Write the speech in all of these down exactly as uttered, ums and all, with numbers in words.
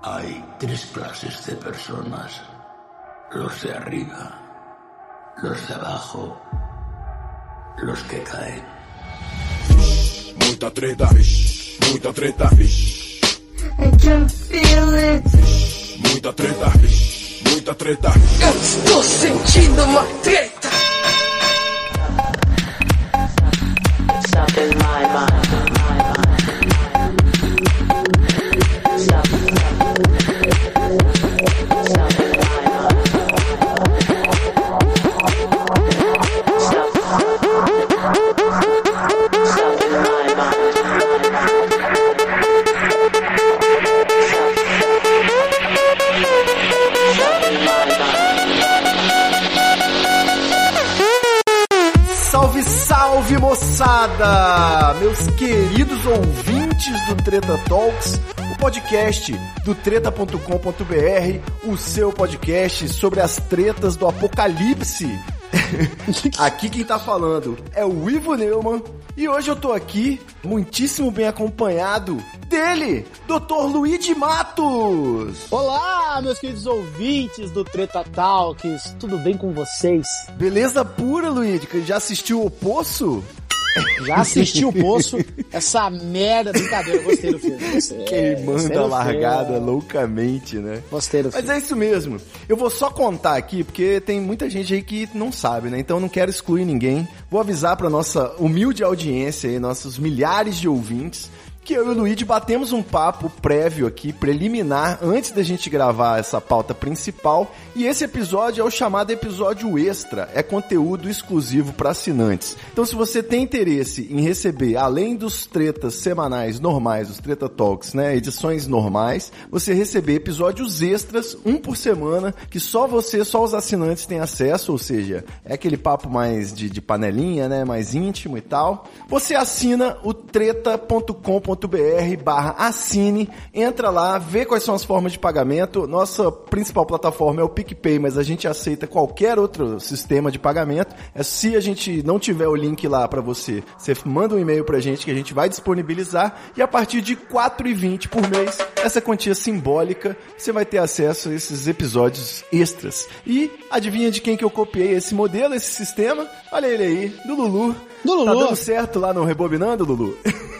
Hay tres clases de personas. Los de arriba, los de abajo, los que caen. Muita treta, muita treta. I can feel it. Muita treta, muita treta. Eu estou sentindo uma treta. It's up in my mind. Stop. Stop in my mind. Stop. Stop in my mind. Salve, salve, moçada! Meus queridos ouvintes do Treta Talks, o podcast do treta ponto com ponto b r, o seu podcast sobre as tretas do apocalipse. Aqui quem tá falando é o Ivo Neumann e hoje eu tô aqui muitíssimo bem acompanhado dele, doutor Luigi Matos. Olá, meus queridos ouvintes do Treta Talks, tudo bem com vocês? Beleza pura, Luigi, que já assistiu O Poço? Já assisti O Poço, essa merda, brincadeira, gostei do filme. Gostei, Queimando a largada filme. loucamente, né? Gostei do filme. Mas é isso mesmo. Eu vou só contar aqui, porque tem muita gente aí que não sabe, né? Então eu não quero excluir ninguém. Vou avisar pra nossa humilde audiência aí, nossos milhares de ouvintes, que eu e o Luigi batemos um papo prévio aqui, preliminar, antes da gente gravar essa pauta principal, e esse episódio é o chamado episódio extra, é conteúdo exclusivo para assinantes. Então se você tem interesse em receber, além dos tretas semanais normais, os Treta Talks, né, edições normais, você receber episódios extras, um por semana, que só você, só os assinantes têm acesso, ou seja, é aquele papo mais de, de panelinha, né, mais íntimo e tal. Você assina o treta ponto com ponto br barra assine, entra lá, vê quais são as formas de pagamento. Nossa principal plataforma é o PicPay, mas a gente aceita qualquer outro sistema de pagamento. É, se a gente não tiver o link lá pra você, você manda um e-mail pra gente que a gente vai disponibilizar, e a partir de quatro reais e vinte centavos por mês, essa quantia simbólica, você vai ter acesso a esses episódios extras. E adivinha de quem que eu copiei esse modelo, esse sistema? Olha ele aí, do Lulu. Do Lulu. Tá dando certo lá no Rebobinando, Lulu?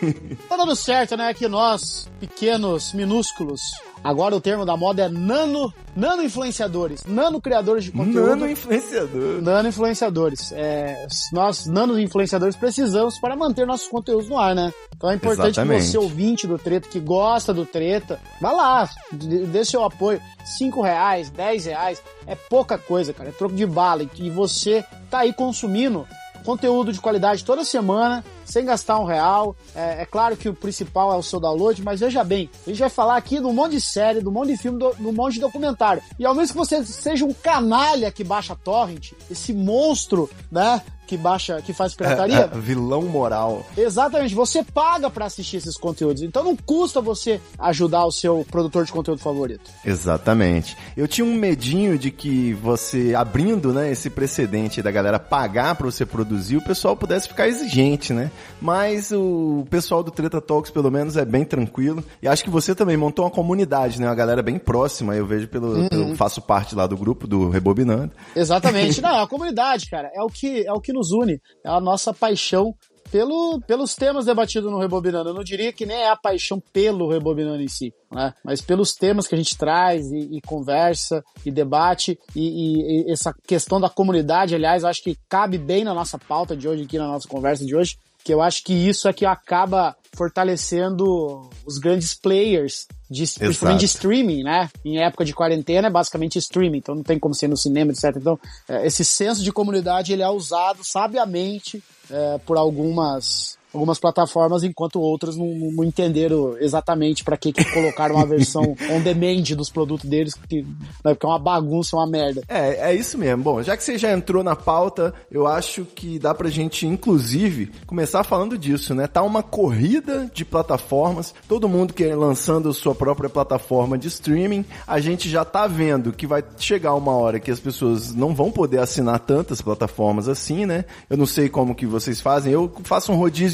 Tá dando certo, né? Que nós, pequenos, minúsculos, agora o termo da moda é nano, nano influenciadores, nano criadores de conteúdo. Nano influenciador. Nano influenciadores. É, nós, nano influenciadores, precisamos para manter nossos conteúdos no ar, né? Então é importante Exatamente. que você, ouvinte do Treta, que gosta do Treta, vai lá, dê seu apoio. Cinco reais, dez reais, é pouca coisa, cara, é troco de bala. E você tá aí consumindo conteúdo de qualidade toda semana, sem gastar um real. É, é claro que o principal é o seu download, mas veja bem, a gente vai falar aqui de um monte de série, de um monte de filme, de um monte de documentário. E ao menos que você seja um canalha que baixa torrent, esse monstro, né, que baixa, que faz pirataria. É, é, vilão moral. Exatamente, você paga pra assistir esses conteúdos, então não custa você ajudar o seu produtor de conteúdo favorito. Exatamente. Eu tinha um medinho de que você, abrindo, né, esse precedente da galera pagar pra você produzir, o pessoal pudesse ficar exigente, né? Mas o pessoal do Treta Talks, pelo menos, é bem tranquilo. E acho que você também montou uma comunidade, né? Uma galera bem próxima, eu vejo pelo... Uhum. pelo faço parte lá do grupo do Rebobinando. Exatamente. Não, é a comunidade, cara. É o que, é o que nos une. É a nossa paixão pelo, pelos temas debatidos no Rebobinando. Eu não diria que nem é a paixão pelo Rebobinando em si, né? Mas pelos temas que a gente traz e, e conversa e debate e, e, e essa questão da comunidade, aliás, eu acho que cabe bem na nossa pauta de hoje, aqui na nossa conversa de hoje, que eu acho que isso é que acaba fortalecendo os grandes players, de, principalmente de streaming, né? Em época de quarentena é basicamente streaming, então não tem como ser no cinema, etcétera. Então, esse senso de comunidade, ele é usado sabiamente é, por algumas... algumas plataformas, enquanto outras não, não entenderam exatamente pra que, que colocaram uma versão on demand dos produtos deles, que, né, porque é uma bagunça, uma merda. É, é isso mesmo. Bom, já que você já entrou na pauta, eu acho que dá pra gente, inclusive, começar falando disso, né? Tá uma corrida de plataformas, todo mundo quer lançando sua própria plataforma de streaming. A gente já tá vendo que vai chegar uma hora que as pessoas não vão poder assinar tantas plataformas assim, né? Eu não sei como que vocês fazem, eu faço um rodízio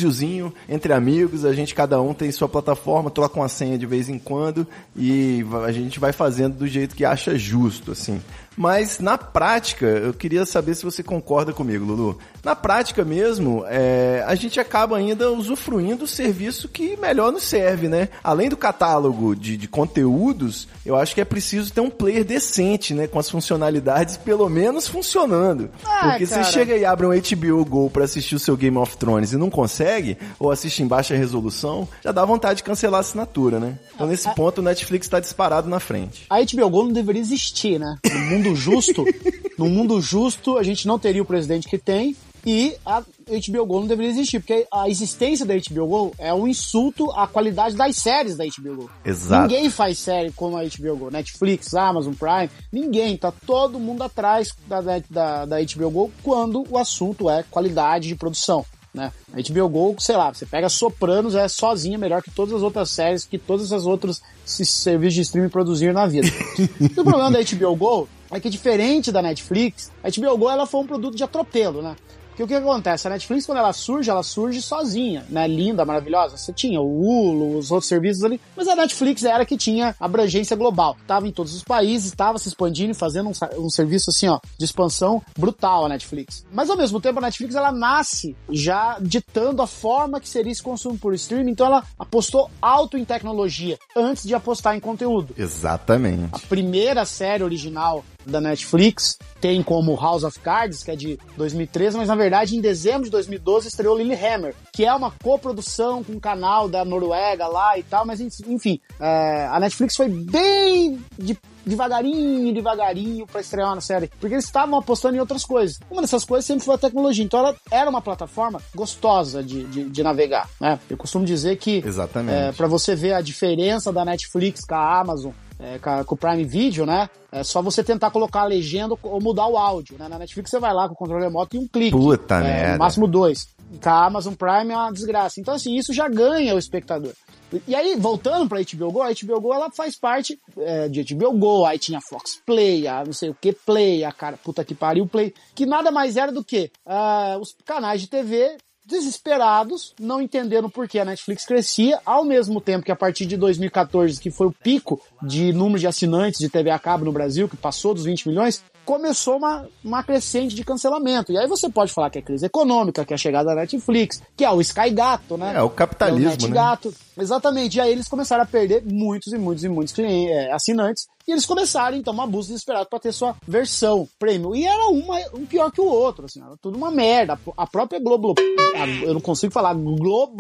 videozinho entre amigos, a gente cada um tem sua plataforma, troca uma senha de vez em quando e a gente vai fazendo do jeito que acha justo, assim. Mas, na prática, eu queria saber se você concorda comigo, Lulu. Na prática mesmo, é, a gente acaba ainda usufruindo do serviço que melhor nos serve, né? Além do catálogo de, de conteúdos, eu acho que é preciso ter um player decente, né? Com as funcionalidades pelo menos funcionando. Ah, Porque cara. você chega e abre um H B O Go pra assistir o seu Game of Thrones e não consegue, ou assiste em baixa resolução, já dá vontade de cancelar a assinatura, né? Então, nesse Ah, ponto, o Netflix tá disparado na frente. A H B O Go não deveria existir, né? No mundo justo, no mundo justo, a gente não teria o presidente que tem e a H B O Go não deveria existir, porque a existência da H B O Go é um insulto à qualidade das séries da H B O Go. Exato. Ninguém faz série como a H B O Go, Netflix, Amazon Prime, ninguém, tá todo mundo atrás da, da, da H B O Go quando o assunto é qualidade de produção. Né? A H B O Go, sei lá, você pega Sopranos, é sozinha melhor que todas as outras séries, que todos os outros serviços de streaming produziram na vida. E o problema da H B O Go é que, diferente da Netflix, a H B O Go ela foi um produto de atropelo, né? Porque o que acontece? A Netflix, quando ela surge, ela surge sozinha, né? Linda, maravilhosa. Você tinha o Hulu, os outros serviços ali, mas a Netflix era que tinha abrangência global. Tava em todos os países, tava se expandindo e fazendo um, um serviço assim, ó, de expansão brutal a Netflix. Mas ao mesmo tempo a Netflix, ela nasce já ditando a forma que seria esse consumo por streaming, então ela apostou alto em tecnologia antes de apostar em conteúdo. Exatamente. A primeira série original da Netflix tem como House of Cards, que é de dois mil e treze, mas na verdade em dezembro de dois mil e doze estreou Lilyhammer, que é uma coprodução com um canal da Noruega lá e tal, mas enfim, é, a Netflix foi bem de, devagarinho, devagarinho pra estrear uma série, porque eles estavam apostando em outras coisas. Uma dessas coisas sempre foi a tecnologia, então ela era uma plataforma gostosa de, de, de navegar, né? Eu costumo dizer que Exatamente. É, pra você ver a diferença da Netflix com a Amazon, É, com o Prime Video, né? É só você tentar colocar a legenda ou mudar o áudio, né? Na Netflix você vai lá com o controle remoto e um clique. Puta é, merda. No máximo dois. Com a Amazon Prime é uma desgraça. Então, assim, isso já ganha o espectador. E aí, voltando pra H B O Go, a H B O Go, ela faz parte é, de H B O Go, aí tinha a Fox Play, a não sei o que Play, a cara, puta que pariu Play, que nada mais era do que uh, os canais de T V desesperados, não entendendo por que a Netflix crescia, ao mesmo tempo que a partir de dois mil e quatorze, que foi o pico de número de assinantes de T V a cabo no Brasil, que passou dos vinte milhões, começou uma, uma crescente de cancelamento. E aí você pode falar que é crise econômica, que é a chegada da Netflix, que é o Sky Gato, né? É, o capitalismo, é o Net né? Gato. Exatamente. E aí eles começaram a perder muitos e muitos e muitos clientes, é, assinantes, e eles começaram, então, uma busca desesperada para ter sua versão premium. E era uma, um pior que o outro, assim, era tudo uma merda. A própria Globo... A, eu não consigo falar Globo...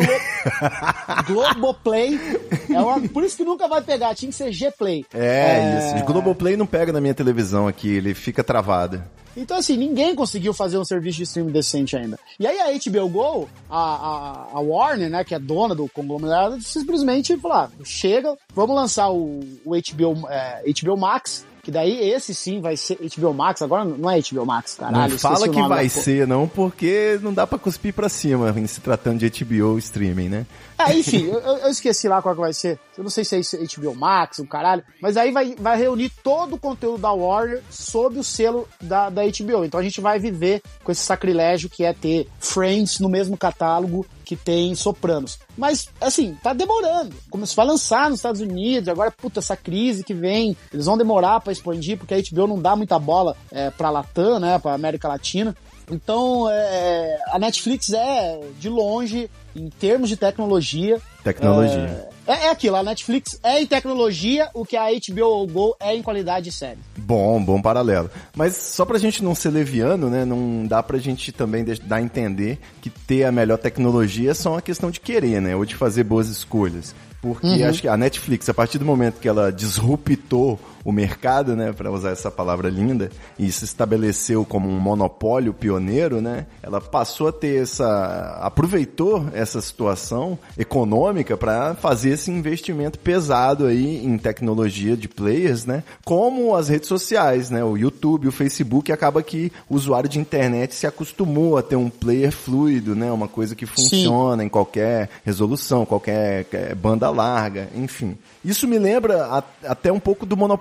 Globoplay. É uma, por isso que nunca vai pegar, tinha que ser G-Play. É, É... isso. De Globoplay não pega na minha televisão aqui, ele fica travado. Então, assim, ninguém conseguiu fazer um serviço de streaming decente ainda. E aí a H B O Go, a, a, a Warner, né, que é dona do conglomerado, simplesmente falou, ah, chega, vamos lançar o, o H B O, é, H B O Max, que daí esse sim vai ser H B O Max, agora não é H B O Max, caralho. Não fala que vai da... ser, não, porque não dá pra cuspir pra cima em se tratando de H B O streaming, né? Ah, enfim, eu, eu esqueci lá qual que vai ser. Eu não sei se é H B O Max, um caralho. Mas aí vai, vai reunir todo o conteúdo da Warner sob o selo da, da H B O. Então a gente vai viver com esse sacrilégio que é ter Friends no mesmo catálogo que tem Sopranos. Mas, assim, tá demorando. Começou a lançar nos Estados Unidos, agora, puta, essa crise que vem, eles vão demorar pra expandir, porque a H B O não dá muita bola é, pra Latam, né, pra América Latina. Então, é, a Netflix é, de longe, em termos de tecnologia... Tecnologia. É, é aquilo, a Netflix é em tecnologia o que a H B O Go é em qualidade de série. Bom, bom paralelo. Mas só pra gente não ser leviano, né, não dá pra gente também dar a entender que ter a melhor tecnologia é só uma questão de querer, né, ou de fazer boas escolhas. Porque uhum. acho que a Netflix, a partir do momento que ela disruptou o mercado, né, para usar essa palavra linda, e se estabeleceu como um monopólio pioneiro, né, ela passou a ter essa, aproveitou essa situação econômica para fazer esse investimento pesado aí em tecnologia de players, né, como as redes sociais, né, o YouTube, o Facebook, acaba que o usuário de internet se acostumou a ter um player fluido, né, uma coisa que funciona Sim. em qualquer resolução, qualquer banda larga, enfim. Isso me lembra a, até um pouco do monopólio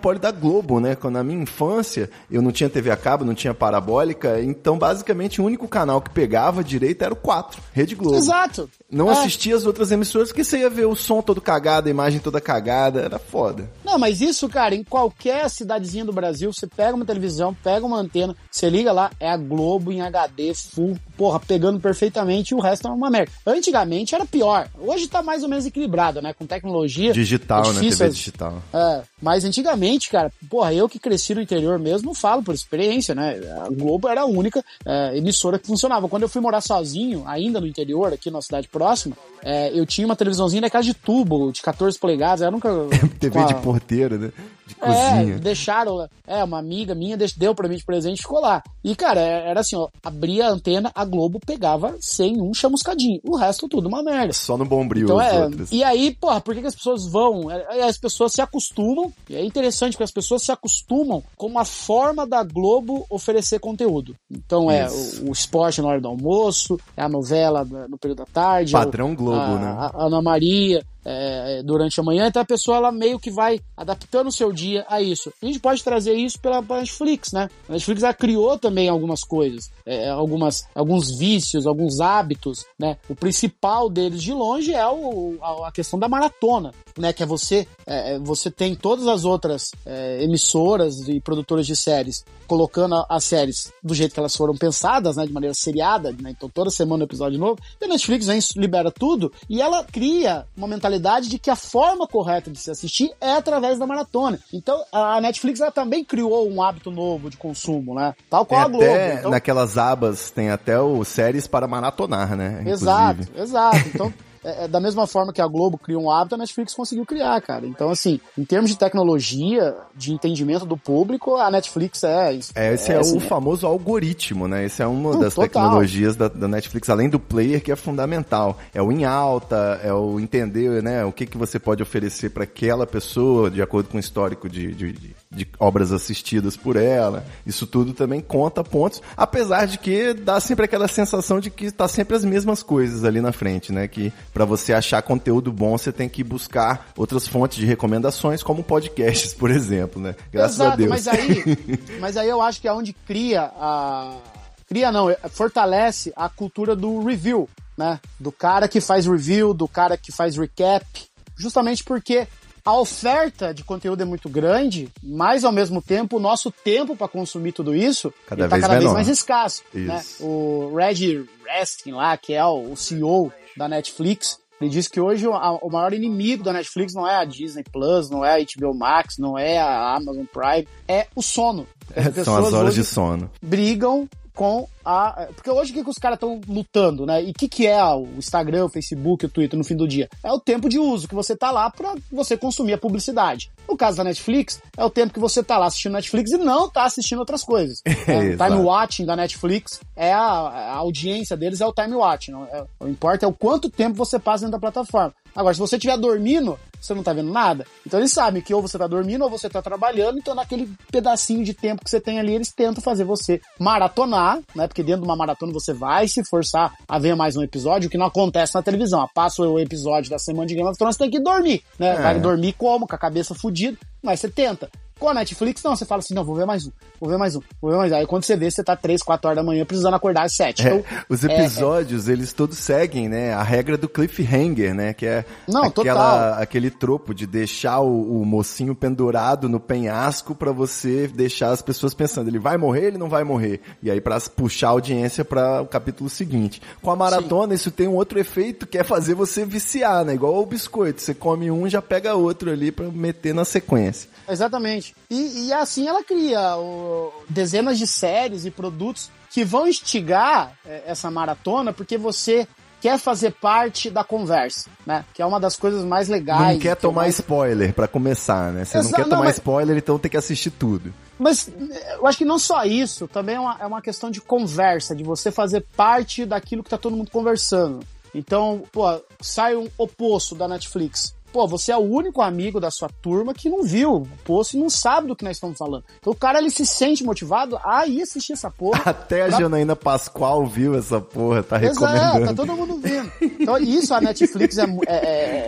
monopólio da Globo, né? Quando na minha infância eu não tinha T V a cabo, não tinha parabólica, então basicamente o único canal que pegava direito era o quatro, Rede Globo. Exato. Não É. assistia as outras emissoras porque você ia ver o som todo cagado, a imagem toda cagada, era foda. Não, mas isso, cara, em qualquer cidadezinha do Brasil, você pega uma televisão, pega uma antena, você liga lá, é a Globo em H D, full, porra, pegando perfeitamente e o resto é uma merda. Antigamente era pior. Hoje tá mais ou menos equilibrado, né? Com tecnologia. Digital, é né? difícil, T V digital. É, mas antigamente, cara, porra, eu que cresci no interior mesmo, não falo por experiência, né? A Globo era a única é, emissora que funcionava. Quando eu fui morar sozinho, ainda no interior, aqui na cidade próxima, é, eu tinha uma televisãozinha daquela de tubo, de catorze polegadas, eu nunca... T V com a- de porteiro, né? De É, cozinha. deixaram, é, uma amiga minha deix- deu pra mim de presente e ficou lá. E, cara, é- era assim, ó, abria a antena, a Globo pegava sem um chamuscadinho. O resto tudo uma merda. Só no Bombril Então os é, outros. e aí, porra, por que, que as pessoas vão? É, As pessoas se acostumam, e é interessante porque as pessoas se acostumam com uma forma da Globo oferecer conteúdo. Então é Isso. o, o esporte na hora do almoço, é a novela da- no período da tarde. Padrão é o- Globo, a, né? A, a Ana Maria, é, durante a manhã, então a pessoa ela meio que vai adaptando o seu dia a isso. A gente pode trazer isso pela pela Netflix, né? A Netflix ela criou também algumas coisas, é, algumas, alguns vícios, alguns hábitos, né? O principal deles de longe é o, a, a questão da maratona, né? Que é você, é, é, você tem todas as outras é, emissoras e produtoras de séries colocando a- as séries do jeito que elas foram pensadas, né? De maneira seriada, né? Então toda semana um episódio novo. E a Netflix vem, libera tudo e ela cria uma mentalidade de que a forma correta de se assistir é através da maratona. Então a Netflix ela também criou um hábito novo de consumo, né? Tal Tem qual a Globo. até, Então, naquelas abas, tem até o séries para maratonar, né? exato, Inclusive. exato. Então, é, é da mesma forma que a Globo criou um hábito, a Netflix conseguiu criar, cara. Então, assim, em termos de tecnologia, de entendimento do público, a Netflix é isso. É, esse é, assim, o famoso algoritmo, né? Esse é uma Hum, das total. tecnologias da, da Netflix, além do player, que é fundamental. É o em alta, é o entender, né? O que, que você pode oferecer para aquela pessoa, de acordo com o histórico de, de, de, de obras assistidas por ela. Isso tudo também conta pontos, apesar de que dá sempre aquela sensação de que tá sempre as mesmas coisas ali na frente, né? Que para você achar conteúdo bom, você tem que buscar outras fontes de recomendações, como podcasts, por exemplo, né? Graças Exato, a Deus. Mas aí, mas aí eu acho que é onde cria a... Cria não, fortalece a cultura do review, né? Do cara que faz review, do cara que faz recap, justamente porque a oferta de conteúdo é muito grande, mas ao mesmo tempo o nosso tempo para consumir tudo isso Cada ele tá vez cada vez menor. mais escasso. Isso. Né? O Reggie Raskin lá, que é o C E O da Netflix, ele disse que hoje o, a- o maior inimigo da Netflix não é a Disney Plus, não é a H B O Max, não é a Amazon Prime, é o sono. As São as pessoas horas hoje de sono. brigam com a... Porque hoje o que, que os caras estão lutando, né? E o que, que é o Instagram, o Facebook, o Twitter no fim do dia? É o tempo de uso que você tá lá pra você consumir a publicidade. No caso da Netflix, é o tempo que você tá lá assistindo Netflix e não tá assistindo outras coisas. É, o Exato. time watching da Netflix é a, a audiência deles é o time watching. Não é, o que importa é o quanto tempo você passa dentro da plataforma. Agora, se você estiver dormindo, você não tá vendo nada. Então eles sabem que ou você tá dormindo ou você tá trabalhando, então naquele pedacinho de tempo que você tem ali, eles tentam fazer você maratonar, né? Porque dentro de uma maratona você vai se forçar a ver mais um episódio, o que não acontece na televisão. Passa o episódio da semana de Game of Thrones, você tem que dormir, né? É. Vai dormir como? Com a cabeça fudida, mas você tenta. Com a Netflix, não, você fala assim, não, vou ver mais um, vou ver mais um, vou ver mais um. Aí quando você vê, você tá três, quatro horas da manhã precisando acordar às sete. Então, É, os é- episódios, eles todos seguem, né, a regra do cliffhanger, né, que é Não, aquela, total. aquele tropo de deixar o, o mocinho pendurado no penhasco pra você deixar as pessoas pensando, ele vai morrer, ele não vai morrer, e aí pra puxar a audiência pra o capítulo seguinte. Com a maratona, isso tem um outro efeito que é fazer você viciar, né, igual o biscoito, você come um, já pega outro ali pra meter na sequência. Exatamente. E, e assim ela cria o- dezenas de séries e produtos que vão instigar é, essa maratona porque você quer fazer parte da conversa, né? Que é uma das coisas mais legais. Não quer que eu tomar mais- spoiler pra começar, né, você não Exa- quer não, tomar mas- spoiler, então tem que assistir tudo. Mas eu acho que não só isso, também é uma, é uma questão de conversa, de você fazer parte daquilo que tá todo mundo conversando. Então, pô, sai um oposto da Netflix. Pô, você é o único amigo da sua turma que não viu o post e não sabe do que nós estamos falando. Então o cara, ele se sente motivado a ir assistir essa porra. Até a pra- Janaína Pascoal viu essa porra, tá Exato, recomendando. tá todo mundo vendo. Então isso a Netflix é, mu- é, é,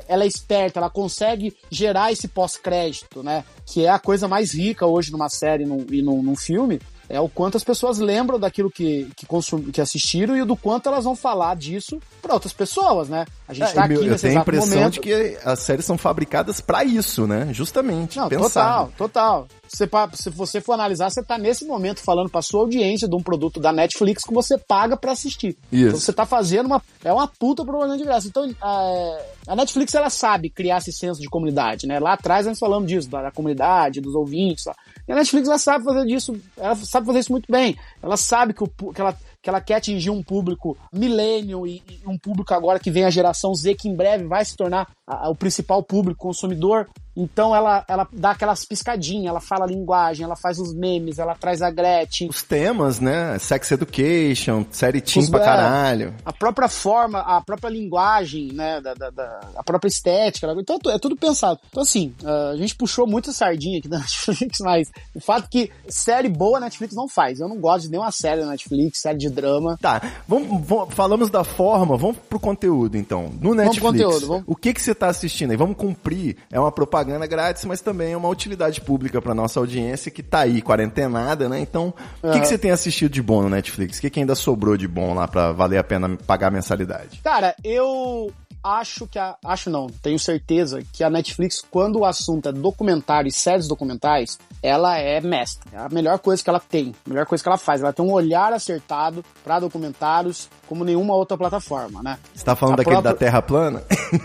ela é esperta, ela consegue gerar esse pós-crédito, né? Que é a coisa mais rica hoje numa série num, e num, num filme. É o quanto as pessoas lembram daquilo que, que, consum, que assistiram e do quanto elas vão falar disso para outras pessoas, né? A gente é, tá aqui meu, nesse eu tenho a exato impressão momento. de que as séries são fabricadas para isso, né? Justamente. Não, pensado. total, total. Você, se você for analisar, você tá nesse momento falando pra sua audiência de um produto da Netflix que você paga pra assistir. Isso. Então você tá fazendo uma... É uma puta propaganda de graça. Então, a, a Netflix, ela sabe criar esse senso de comunidade, né? Lá atrás nós falamos disso, da, da comunidade, dos ouvintes, lá. E a Netflix, ela sabe fazer disso, ela sabe fazer isso muito bem. Ela sabe que, o, que, ela, que ela quer atingir um público millennial e, e um público agora que vem a geração Z, que em breve vai se tornar a, a, o principal público consumidor. Então ela, ela dá aquelas piscadinhas, ela fala a linguagem, ela faz os memes, ela traz a Gretchen. Os temas, né? Sex Education, série teen pra caralho. A própria forma, a própria linguagem, né? Da, da, da, a própria estética. Então é tudo pensado. Então assim, a gente puxou muita sardinha aqui da Netflix, mas o fato que série boa a Netflix não faz. Eu não gosto de nenhuma série da Netflix, série de drama. Tá, vamos, vamos, falamos da forma, vamos pro conteúdo então. No Netflix, vamos pro conteúdo, vamos... o que que você tá assistindo aí? Vamos cumprir, é uma propaganda grátis, mas também é uma utilidade pública pra nossa audiência que tá aí, quarentenada, né? Então, o que, que você tem assistido de bom no Netflix? O que, que ainda sobrou de bom lá pra valer a pena pagar a mensalidade? Cara, eu acho que a... Acho não, tenho certeza que a Netflix, quando o assunto é documentário e séries documentais, ela é mestre. É a melhor coisa que ela tem, a melhor coisa que ela faz. Ela tem um olhar acertado pra documentários como nenhuma outra plataforma, né? Você tá falando a daquele própria... da Terra plana?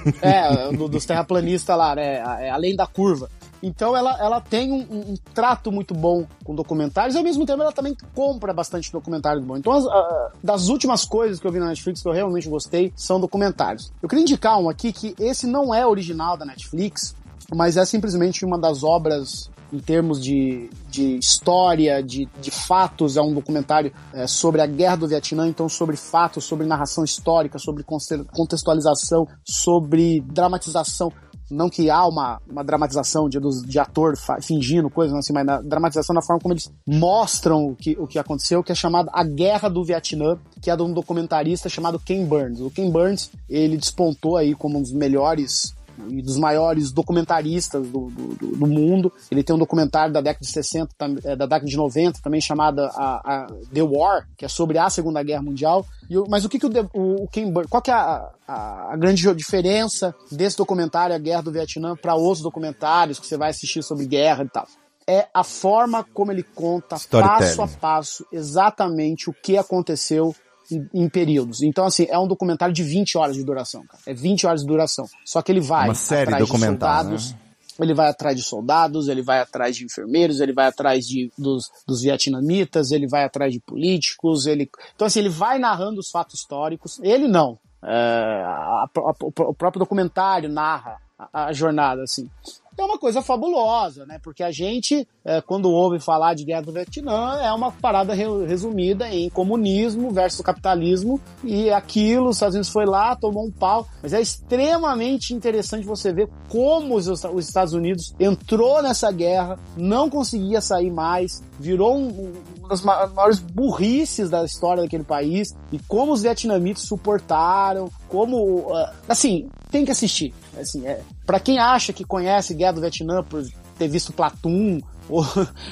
É, do, dos terraplanistas lá, né? É, além da curva. Então ela, ela tem um, um, um trato muito bom com documentários e ao mesmo tempo ela também compra bastante documentário bom. Então as, a, das últimas coisas que eu vi na Netflix que eu realmente gostei são documentários. Eu queria indicar um aqui que esse não é original da Netflix, mas é simplesmente uma das obras em termos de, de história, de, de fatos. É um documentário é, sobre a Guerra do Vietnã, então sobre fatos, sobre narração histórica, sobre contextualização, sobre dramatização. Não que há uma, uma dramatização de, de ator fingindo coisas assim, mas na dramatização na forma como eles mostram o que, o que aconteceu, que é chamada A Guerra do Vietnã, que é de um documentarista chamado Ken Burns. O Ken Burns, ele despontou aí como um dos melhores e dos maiores documentaristas do, do, do mundo. Ele tem um documentário da década de sessenta, da década de noventa, também chamada a, a The War, que é sobre a Segunda Guerra Mundial. E o, mas o que, que o, o, o Ken Burns, qual que é a, a, a grande diferença desse documentário, A Guerra do Vietnã, para outros documentários que você vai assistir sobre guerra e tal? É a forma como ele conta, passo a passo, exatamente o que aconteceu em períodos. Então, assim, é um documentário de vinte horas de duração, cara. É vinte horas de duração. Só que ele vai Uma série atrás de documental, soldados, né? Ele vai atrás de soldados, ele vai atrás de enfermeiros, ele vai atrás de, dos, dos vietnamitas, ele vai atrás de políticos, ele... Então, assim, ele vai narrando os fatos históricos. Ele não. É, a, a, a, o próprio documentário narra a, a jornada, assim. É uma coisa fabulosa, né? Porque a gente, é, quando ouve falar de Guerra do Vietnã, é uma parada re- resumida em comunismo versus capitalismo, e aquilo, os Estados Unidos foi lá, tomou um pau, mas é extremamente interessante você ver como os, os Estados Unidos entrou nessa guerra, não conseguia sair mais, virou um, uma das maiores burrices da história daquele país, e como os vietnamitas suportaram, como, assim, tem que assistir. Assim, é, pra quem acha que conhece Guerra do Vietnã por ter visto Platoon, ou,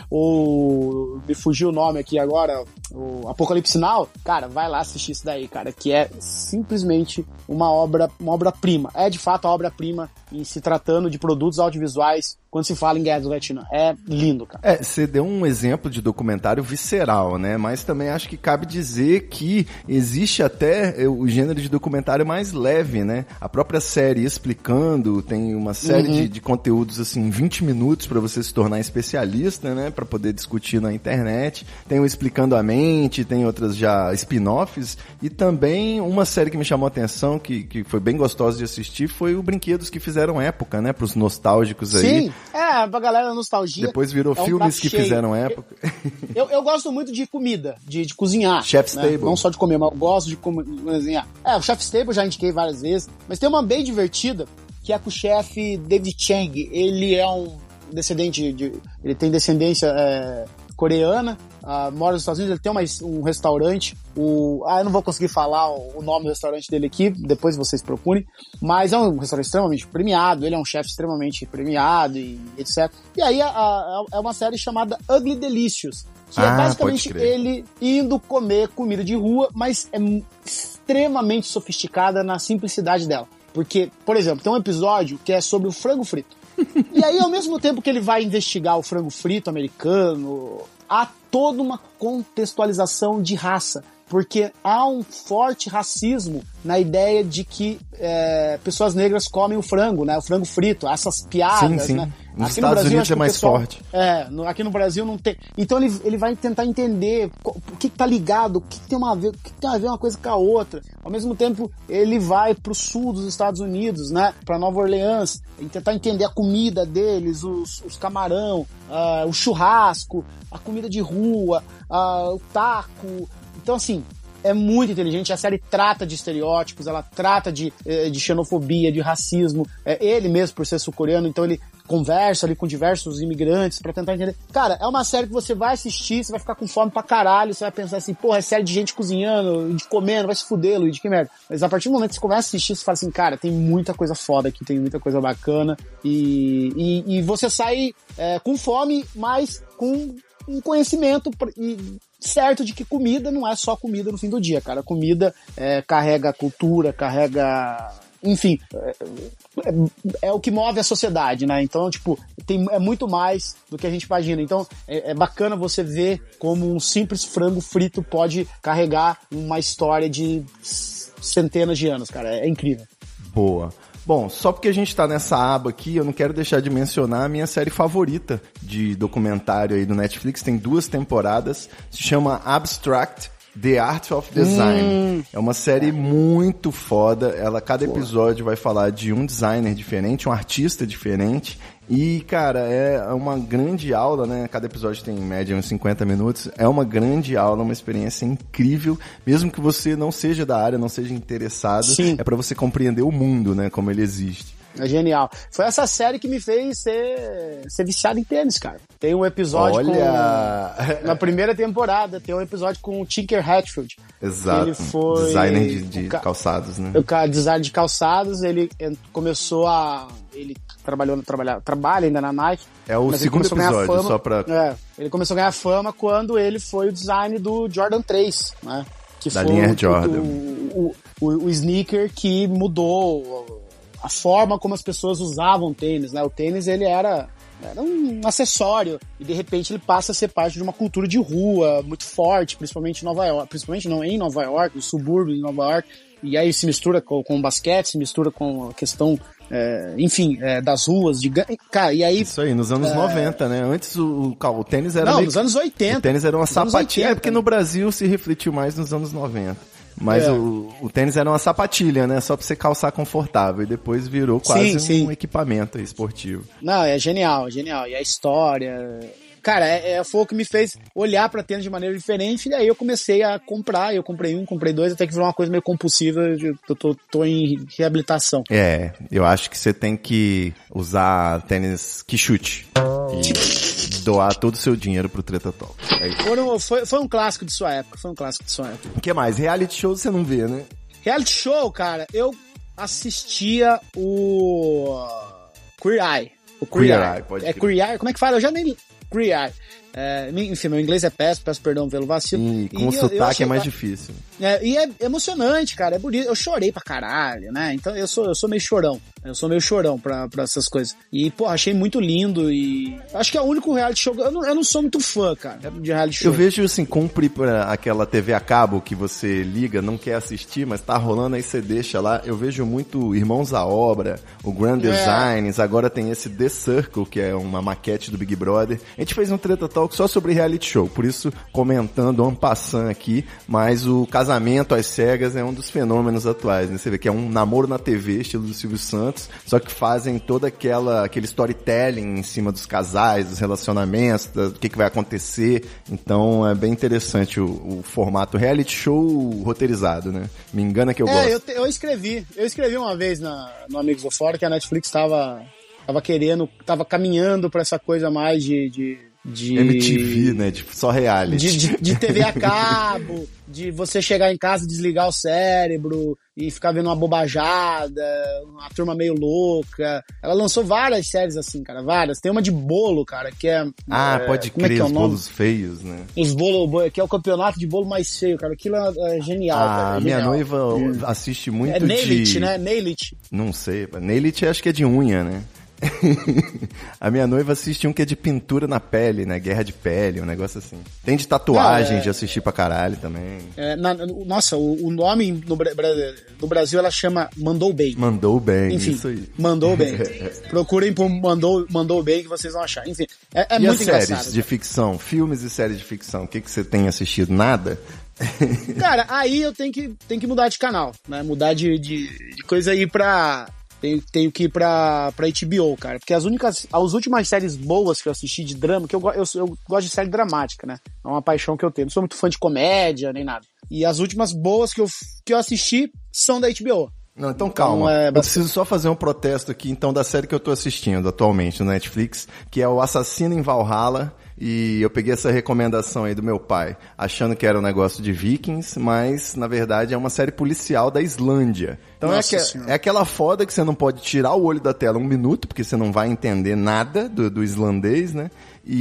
ou me fugiu o nome aqui agora, o Apocalipse Now, cara, vai lá assistir isso daí, cara, que é simplesmente uma obra, uma obra-prima. É de fato a obra-prima em se tratando de produtos audiovisuais quando se fala em Guerra do Vietnã. É lindo, cara. É, você deu um exemplo de documentário visceral, né? Mas também acho que cabe dizer que existe até o gênero de documentário mais leve, né? A própria série Explicando tem uma série uhum. de, de conteúdos, assim, vinte minutos para você se tornar especialista, né? Para poder discutir na internet. Tem o Explicando a Mente, tem outras já spin-offs, e também uma série que me chamou a atenção, que, que foi bem gostosa de assistir, foi o Brinquedos que Fizeram Época, né? Pros nostálgicos aí. Sim, é, pra galera nostalgia. Depois virou é um filmes que cheio. Fizeram Época. Eu, eu, eu gosto muito de comida, de, de cozinhar. Chef's né? Table. Não só de comer, mas eu gosto de cozinhar. É, o Chef's Table eu já indiquei várias vezes, mas tem uma bem divertida, que é com o chefe David Chang. Ele é um descendente de... Ele tem descendência... É, coreana, uh, mora nos Estados Unidos, ele tem uma, um restaurante, o, ah, eu não vou conseguir falar o, o nome do restaurante dele aqui, depois vocês procurem, mas é um restaurante extremamente premiado, ele é um chefe extremamente premiado e etcétera. E aí a, a, é uma série chamada Ugly Delicious, que Ah, é basicamente pode crer. ele indo comer comida de rua, mas é extremamente sofisticada na simplicidade dela. Porque, por exemplo, tem um episódio que é sobre o frango frito. E aí, ao mesmo tempo que ele vai investigar o frango frito americano, há toda uma contextualização de raça. Porque há um forte racismo na ideia de que é, pessoas negras comem o frango, né? O frango frito, essas piadas, Sim, sim. né? Nos Estados Unidos acho é que o mais pessoal- forte. É, no- aqui no Brasil não tem. Então ele, ele vai tentar entender co- o que, que tá ligado, o que, que tem uma a ver, o que, que tem a ver uma coisa com a outra. Ao mesmo tempo, ele vai pro sul dos Estados Unidos, né? Pra Nova Orleans, e tentar entender a comida deles, os, os camarão, ah, o churrasco, a comida de rua, ah, o taco. Então, assim, é muito inteligente. A série trata de estereótipos, ela trata de, eh, de xenofobia, de racismo. É, ele mesmo, por ser sul-coreano, então ele conversa ali com diversos imigrantes pra tentar entender. Cara, é uma série que você vai assistir, você vai ficar com fome pra caralho, você vai pensar assim, porra, é série de gente cozinhando, de comendo, vai se fuder, Luiz, que merda. Mas a partir do momento que você começa a assistir, você fala assim, cara, tem muita coisa foda aqui, tem muita coisa bacana, e, e, e você sai é, com fome, mas com um conhecimento pra- e certo de que comida não é só comida no fim do dia, cara. Comida é, carrega cultura, carrega... Enfim, é, é- é o que move a sociedade, né? Então, tipo, tem, é muito mais do que a gente imagina. Então, é, é bacana você ver como um simples frango frito pode carregar uma história de centenas de anos, cara. É, é incrível. Boa. Bom, só porque a gente tá nessa aba aqui, eu não quero deixar de mencionar a minha série favorita de documentário aí do Netflix. Tem duas temporadas. Se chama Abstract: The Art of Design. Hum. É uma série muito foda. Ela, cada episódio vai falar de um designer diferente, um artista diferente. E, cara, é uma grande aula, né? Cada episódio tem, em média, uns cinquenta minutos. É uma grande aula, uma experiência incrível. Mesmo que você não seja da área, não seja interessado, Sim. é pra você compreender o mundo, né? Como ele existe. É genial. Foi essa série que me fez ser, ser viciado em tênis, cara. Tem um episódio Olha! com... Na primeira temporada, tem um episódio com o Tinker Hatfield. Exato. Ele foi... Designer de, de o ca- calçados, né? O cara, design de calçados, ele en- começou a... Ele trabalhou, trabalha, trabalha ainda na Nike. É o mas ele segundo começou a ganhar episódio, fama- só pra... É, ele começou a ganhar fama quando ele foi o design do Jordan três, né? Que Da foi linha o- Air Jordan. O, o, o, o sneaker que mudou a forma como as pessoas usavam tênis, né? O tênis, ele era, era um acessório e de repente ele passa a ser parte de uma cultura de rua muito forte, principalmente em Nova York, principalmente não em Nova York, no subúrbio de Nova York, e aí se mistura com, com o basquete, se mistura com a questão, é, enfim, é, das ruas, de, gan- cara, e aí... Isso aí, nos anos noventa, né? Antes o, o, o tênis era Não, meio nos que- anos oitenta. O tênis era uma Nos anos sapatilha. É oitenta. porque no Brasil se refletiu mais nos anos noventa. Mas É. o, o tênis era uma sapatilha, né? Só pra você calçar confortável. E depois virou quase Sim, um sim. equipamento aí esportivo. Não, é genial, é genial. E a história... Cara, é, é, foi o que me fez olhar pra tênis de maneira diferente, e daí eu comecei a comprar, eu comprei um, comprei dois, até que virou uma coisa meio compulsiva, eu tô, tô em reabilitação. É, eu acho que você tem que usar tênis que chute. E doar todo o seu dinheiro pro Treta Talk. É isso. Foram, foi, foi um clássico de sua época, foi um clássico de sua época. O que mais? Reality show você não vê, né? Reality show, cara, eu assistia o Queer Eye. O Queer, Queer Eye. Eye, pode É crer. Queer Eye, como é que fala? Eu já nem... Queer Eye. É, enfim, meu inglês é péssimo, peço perdão pelo vacilo. E com E o eu- eu sotaque achei- é mais difícil. É, e é emocionante, cara, é bonito. Eu chorei pra caralho, né? Então eu sou, eu sou meio chorão. Eu sou meio chorão pra, pra essas coisas. E, pô, achei muito lindo e... Acho que é o único reality show... Eu não, eu não sou muito fã, cara, de reality show. Eu vejo assim, cumpre pra aquela T V a cabo que você liga, não quer assistir, mas tá rolando, aí você deixa lá. Eu vejo muito Irmãos à Obra, o Grand É. Designs, agora tem esse The Circle, que é uma maquete do Big Brother. A gente fez um Treta Talk só sobre reality show, por isso comentando en passant aqui, mas o Casamento às Cegas é um dos fenômenos atuais, né? Você vê que é um namoro na T V, estilo do Silvio Santos, só que fazem toda aquela aquele storytelling em cima dos casais, dos relacionamentos, do que, que vai acontecer. Então é bem interessante o, o formato reality show roteirizado, né? Me engana que eu É, gosto. eu, te- eu escrevi. Eu escrevi uma vez na, no Amigos do Fora que a Netflix tava, tava querendo, tava caminhando pra essa coisa mais de, de de... M T V, né? Tipo, só reality. De, de, de T V a cabo, de você chegar em casa e desligar o cérebro e ficar vendo uma bobajada, uma turma meio louca. Ela lançou várias séries assim, cara, várias. Tem uma de bolo, cara, que é... Ah, é, pode como é crer, que é o os nome? bolos feios, né? Os bolos, que é o campeonato de bolo mais feio, cara. Aquilo é, é genial, cara. Ah, É minha genial. noiva assiste muito É Nail It, de... né? Nail It. Não sei, Nail It acho que é de unha, né? A minha noiva assiste um que é de pintura na pele, né? Guerra de pele, um negócio assim. Tem de tatuagem, Não, é- de assistir pra caralho também. É, na- nossa, o, o nome no, Bra- Bra- no Brasil ela chama Mandou Bem. Mandou bem, Enfim, isso aí. Mandou Bem. Procurem por Mandou, Mandou Bem que vocês vão achar. Enfim, é, é E muito as séries engraçado. de ficção, filmes e séries de ficção, o que, que você tem assistido? Nada? Cara, aí eu tenho que, tenho que mudar de canal, né? Mudar de, de, de coisa aí pra... Tenho, tenho que ir pra, pra H B O, cara. Porque as únicas, as últimas séries boas que eu assisti de drama, que eu, go- eu, eu gosto de série dramática, né? É uma paixão que eu tenho. Não sou muito fã de comédia, nem nada. E as últimas boas que eu, que eu assisti são da H B O. Não, então calma. Então, é Eu bastante- preciso só fazer um protesto aqui, então, da série que eu tô assistindo atualmente no Netflix, que é o Assassino em Valhalla. E eu peguei essa recomendação aí do meu pai, achando que era um negócio de Vikings, mas, na verdade, é uma série policial da Islândia. Então é, Nossa que- Senhora. é aquela foda que você não pode tirar o olho da tela um minuto, porque você não vai entender nada do, do islandês, né?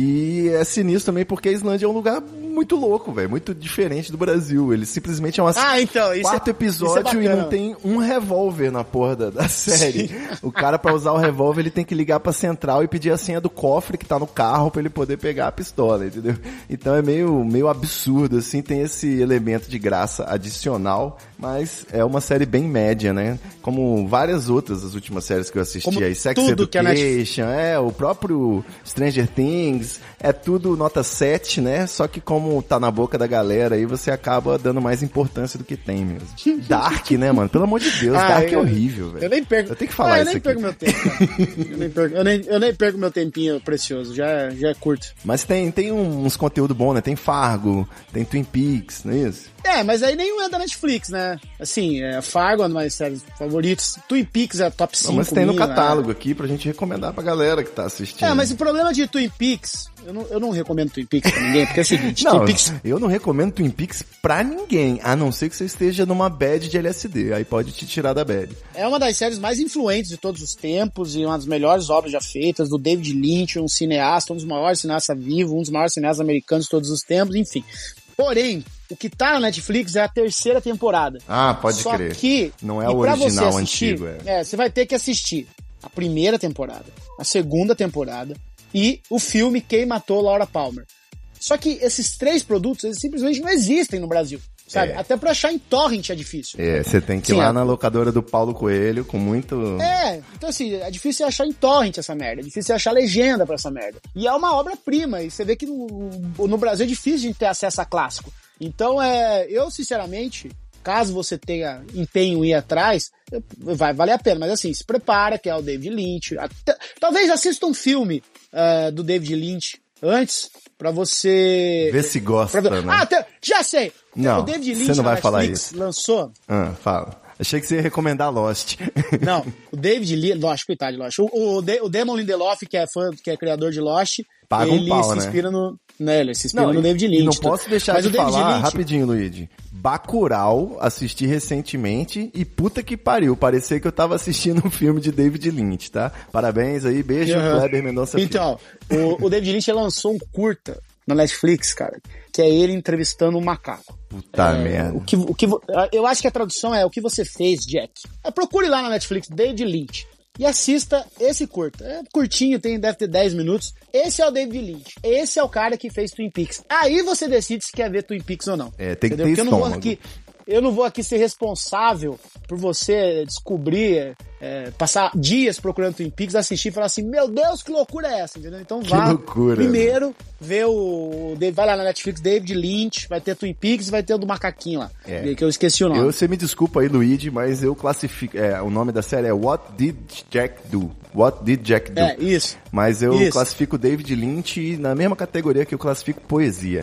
E é sinistro também porque a Islândia é um lugar muito louco, velho, muito diferente do Brasil. Ele simplesmente é uma Ah, então, isso é- quarto episódio isso é e bacana. não tem um revólver na porra da, da série. O cara, pra usar o revólver, ele tem que ligar pra central e pedir a senha do cofre que tá no carro pra ele poder pegar a pistola, entendeu? Então é meio, meio absurdo, assim, tem esse elemento de graça adicional, mas é uma série bem média, né? Como várias outras das últimas séries que eu assisti Como aí, Sex tudo que a Education, é, o próprio Stranger Things, é tudo nota sete, né? Só que como tá na boca da galera aí, você acaba dando mais importância do que tem mesmo. Dark, né, mano? Pelo amor de Deus, Ah, Dark é eu- horrível, velho. Eu nem perco. Eu tenho que falar ah, eu isso nem aqui. perco meu tempo, cara. eu, nem perco, eu, nem, eu nem perco meu tempinho precioso, já, já é curto. Mas tem, tem uns conteúdo bom, né? Tem Fargo, tem Twin Peaks, não é isso? É, mas aí nenhum é da Netflix, né? Assim, é Fargo é uma das minhas séries favoritas. Twin Peaks é top cinco. Não, mas tem no minha, catálogo aqui pra gente recomendar pra galera que tá assistindo. É, mas o problema de Twin Peaks, eu não, eu não recomendo Twin Peaks pra ninguém, porque é o seguinte, Não, Twin Peaks... eu não recomendo Twin Peaks pra ninguém, a não ser que você esteja numa bad de L S D, aí pode te tirar da bad. É uma das séries mais influentes de todos os tempos e uma das melhores obras já feitas, do David Lynch, um cineasta, um dos maiores cineastas vivos, um dos maiores cineastas americanos de todos os tempos, enfim. Porém, o que tá na Netflix é a terceira temporada. Ah, pode Só crer. que, Não é e o pra original você assistir, antigo, é. é, você vai ter que assistir a primeira temporada, a segunda temporada e o filme Quem Matou Laura Palmer. Só que esses três produtos, eles simplesmente não existem no Brasil, sabe? É. Até pra achar em torrent é difícil. É, você tem que ir Sim, lá é. na locadora do Paulo Coelho com muito... É, então assim, é difícil achar em torrent essa merda, é difícil achar legenda pra essa merda. E é uma obra-prima, e você vê que no, no Brasil é difícil de ter acesso a clássico. Então, é, eu sinceramente, caso você tenha empenho em ir atrás, vai valer a pena. Mas assim, se prepara, que é o David Lynch. Até, talvez assista um filme uh, do David Lynch antes, pra você... Vê se gosta, pra ver- né? Ah, até, já sei! Não, o David você Lynch não vai na falar Netflix isso. lançou... Ah, fala. Achei que você ia recomendar Lost. Não, o David Lynch, Lost, coitado de Lost. O, o, De- o Damon Lindelof, que é fã, que é criador de Lost, Paga um ele pau, se né? inspira no, né, ele se inspira Não, no e- David e Lynch. não tá? posso deixar Mas de o David falar, Lynch, rapidinho, Luigi. Bacurau, assisti recentemente e puta que pariu, parecia que eu tava assistindo um filme de David Lynch, tá? Parabéns aí, beijo, Uhum. Kleber Mendonça Filho. Então, o, o David Lynch lançou um curta na Netflix, cara, que é ele entrevistando um macaco. Puta É, merda. O que, o que, vo- eu acho que a tradução é o que você fez, Jack. É, procure lá na Netflix, David Lynch. E assista esse curta. É curtinho, tem, deve ter dez minutos. Esse é o David Lynch. Esse é o cara que fez Twin Peaks. Aí você decide se quer ver Twin Peaks ou não. É, tem que Entendeu? ter Porque eu não vou estômago. aqui, eu não vou aqui ser responsável por você descobrir, é, passar dias procurando Twin Peaks, assistir e falar assim, meu Deus, que loucura é essa? Entendeu? Então Que vá loucura, primeiro ver o... Vai lá na Netflix, David Lynch, vai ter Twin Peaks e vai ter o do macaquinho lá. É. Que eu esqueci o nome. Eu, você me desculpa aí, Luigi, mas eu classifico... É, o nome da série é What Did Jack Do? What Did Jack Do? É, isso. Mas eu Isso. classifico David Lynch na mesma categoria que eu classifico poesia.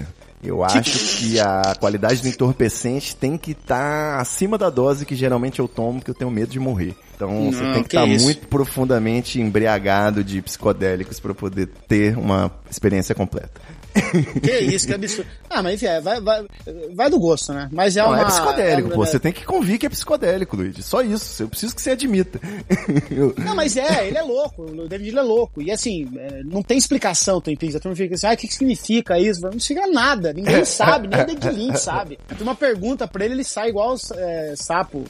Eu acho que a qualidade do entorpecente tem que estar acima da dose que geralmente eu tomo, porque eu tenho medo de morrer. Então Não, você tem que que estar isso. muito profundamente embriagado de psicodélicos para poder ter uma experiência completa. Que isso, que absurdo. Ah, mas enfim, é, vai, vai, vai do gosto, né? Mas é Não, uma... é psicodélico, é, pô. é, Você tem que convir que é psicodélico, Luigi. Só isso. Eu preciso que você admita. Eu- Não, mas é, ele é louco, o David ele é louco. E assim, é, não tem explicação, Twin Peaks. A turma fica assim, ah, o que, que significa isso? Não significa nada, ninguém sabe, nem o David Lynch sabe. Tem uma pergunta pra ele, ele sai igual é, sapo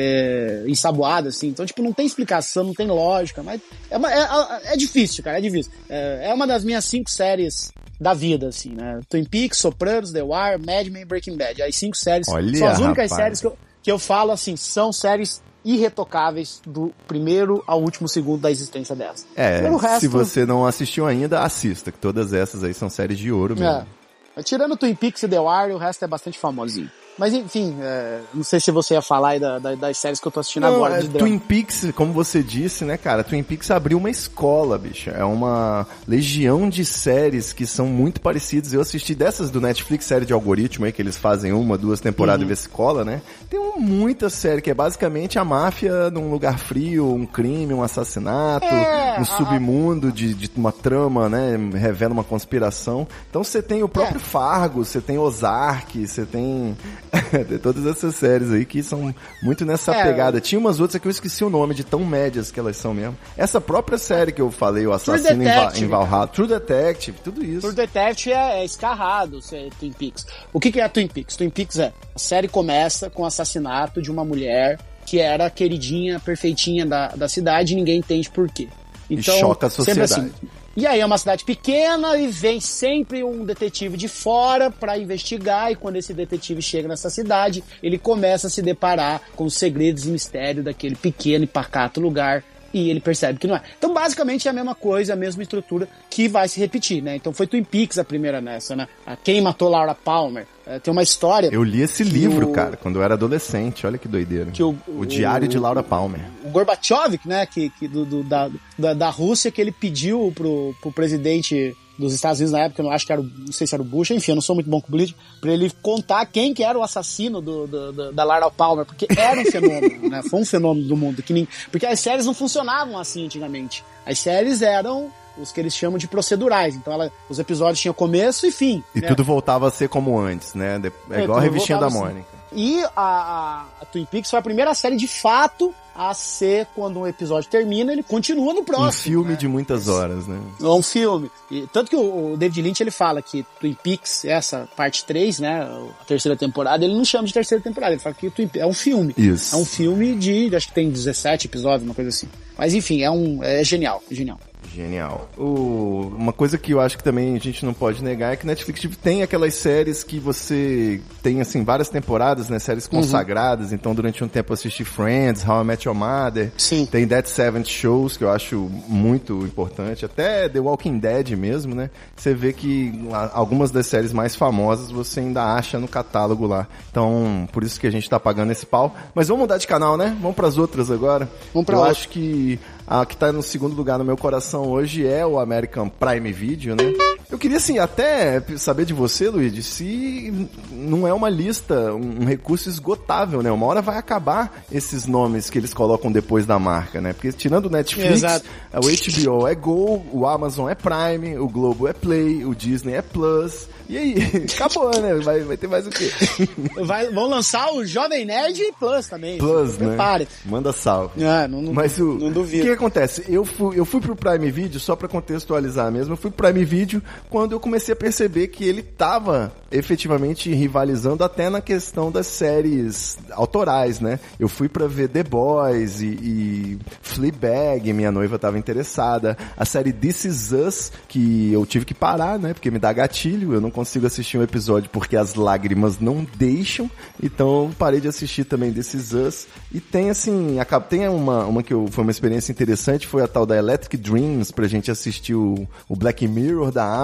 é, ensaboado, assim. Então, tipo, não tem explicação, não tem lógica, mas é, uma- é, é difícil, cara, é difícil. É, é uma das minhas cinco séries da vida, assim, né? Twin Peaks, Sopranos, The Wire, Mad Men e Breaking Bad. As cinco séries Olha, são as únicas rapaz. séries que eu, que eu falo, assim, são séries irretocáveis do primeiro ao último segundo da existência delas. É, Pelo resto, se você não assistiu ainda, assista, que todas essas aí são séries de ouro mesmo. É. Tirando Twin Peaks e The Wire, o resto é bastante famosinho. Mas enfim, é, não sei se você ia falar aí da, da, das séries que eu tô assistindo Não, agora é, de drama. Twin Peaks, como você disse, né, cara? Twin Peaks abriu uma escola, bicho. É uma legião de séries que são muito parecidas. Eu assisti dessas do Netflix, série de algoritmo aí, que eles fazem uma, duas temporadas Uhum. e vê se cola, né? Tem um, muita série que é basicamente a máfia num lugar frio, um crime, um assassinato, É, um a- submundo de, de uma trama, né? Revela uma conspiração. Então você tem o próprio É. Fargo, você tem Ozark, você tem... tem todas essas séries aí que são muito nessa É, pegada. Tinha umas outras que eu esqueci o nome, de tão médias que elas são mesmo. Essa própria série que eu falei, o Assassino em, Va- Detective. em Valhalla, True Detective, tudo isso. True Detective é, é escarrado, é Twin Peaks. O que, que é a Twin Peaks? Twin Peaks é, a série começa com o assassinato de uma mulher que era a queridinha, perfeitinha da, da cidade e ninguém entende por quê. Então, choca a sempre sociedade. assim. E aí é uma cidade pequena e vem sempre um detetive de fora pra investigar, e quando esse detetive chega nessa cidade, ele começa a se deparar com os segredos e mistérios daquele pequeno e pacato lugar, e ele percebe que não é. Então, basicamente, é a mesma coisa, a mesma estrutura que vai se repetir, né? Então, foi Twin Peaks a primeira nessa, né? A Quem Matou Laura Palmer. É, tem uma história... Eu li esse livro, o- cara, quando eu era adolescente. Olha que doideira. Que o- o Diário o- de Laura Palmer. o Gorbachev, né, que, que do, do- da, da, da Rússia, que ele pediu pro, pro presidente dos Estados Unidos na época, eu não acho que era, o- não sei se era o Bush, enfim, eu não sou muito bom com política, pra ele contar quem que era o assassino do, do- do- da Laura Palmer, porque era um fenômeno, né, foi um fenômeno do mundo, que nem, porque as séries não funcionavam assim antigamente, as séries eram os que eles chamam de procedurais, então ela, os episódios tinham começo e fim. E né? tudo voltava a ser como antes, né? De- É, É, igual a tudo revistinha da voltava assim. Mônica. E a, a, a Twin Peaks foi a primeira série de fato a ser, quando um episódio termina, ele continua no próximo. Um filme né? de muitas horas, né? É um filme. E, tanto que o, o David Lynch, ele fala que Twin Peaks, essa parte três, né, a terceira temporada, ele não chama de terceira temporada, ele fala que Twin Peaks é um filme. Isso. É um filme de, acho que tem dezessete episódios, uma coisa assim. Mas enfim, é um, é genial, é genial. Genial. O- uma coisa que eu acho que também a gente não pode negar é que Netflix tipo, tem aquelas séries que você tem, assim, várias temporadas, né? Séries consagradas. Então, durante um tempo eu assisti Friends, How I Met Your Mother. Sim. Tem Dead Seventh Shows, que eu acho muito importante. Até The Walking Dead mesmo, né? Você vê que a- algumas das séries mais famosas você ainda acha no catálogo lá. Então, por isso que a gente tá pagando esse pau. Mas vamos mudar de canal, né? Vamos pras outras agora. Vamos pra eu outra. acho que a que tá no segundo lugar no meu coração hoje é o American Prime Video, né? Eu queria, assim, até saber de você, Luigi, se não é uma lista, um um recurso esgotável, né? Uma hora vai acabar esses nomes que eles colocam depois da marca, né? Porque tirando o Netflix, Exato. o H B O é Go, o Amazon é Prime, o Globo é Play, o Disney é Plus. E aí? Acabou, né? Vai, vai ter mais o quê? Vai, vão lançar o Jovem Nerd e Plus também. Plus, né? Prepare. Manda salve. Ah, não, não, Mas o, não o duvido. que, que acontece? Eu fui, eu fui pro Prime Video, só pra contextualizar mesmo, eu fui pro Prime Video quando eu comecei a perceber que ele tava efetivamente rivalizando até na questão das séries autorais, né? Eu fui pra ver The Boys e, e Fleabag, minha noiva tava interessada. A série This Is Us, que eu tive que parar, né? Porque me dá gatilho, eu não consigo assistir um episódio porque as lágrimas não deixam. Então eu parei de assistir também This Is Us. E tem assim, a- tem uma, uma que eu, foi uma experiência interessante, foi a tal da Electric Dreams, pra gente assistir o, o Black Mirror da